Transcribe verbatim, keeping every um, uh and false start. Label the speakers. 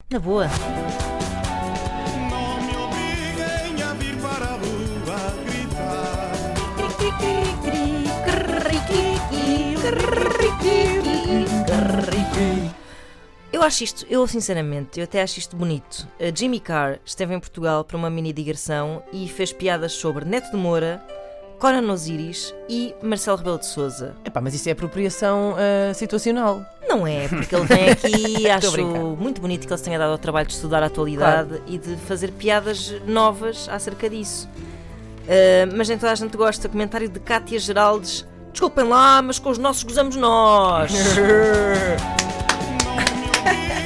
Speaker 1: Na boa.
Speaker 2: Não me obriguem a vir para a rua gritar.
Speaker 1: Eu acho isto, eu sinceramente, eu até acho isto bonito. A Jimmy Carr esteve em Portugal para uma mini digressão e fez piadas sobre Neto de Moura, Conan Osiris e Marcelo Rebelo de Sousa.
Speaker 3: Epá, mas isso é apropriação uh, situacional.
Speaker 1: Não é, porque ele vem aqui e acho
Speaker 3: brincar.
Speaker 1: muito bonito que ele se tenha dado ao trabalho de estudar a atualidade claro. E de fazer piadas novas acerca disso. Uh, mas nem toda a gente gosta. Comentário de Cátia Geraldes: desculpem lá, mas com os nossos gozamos nós.
Speaker 2: Não me obriguem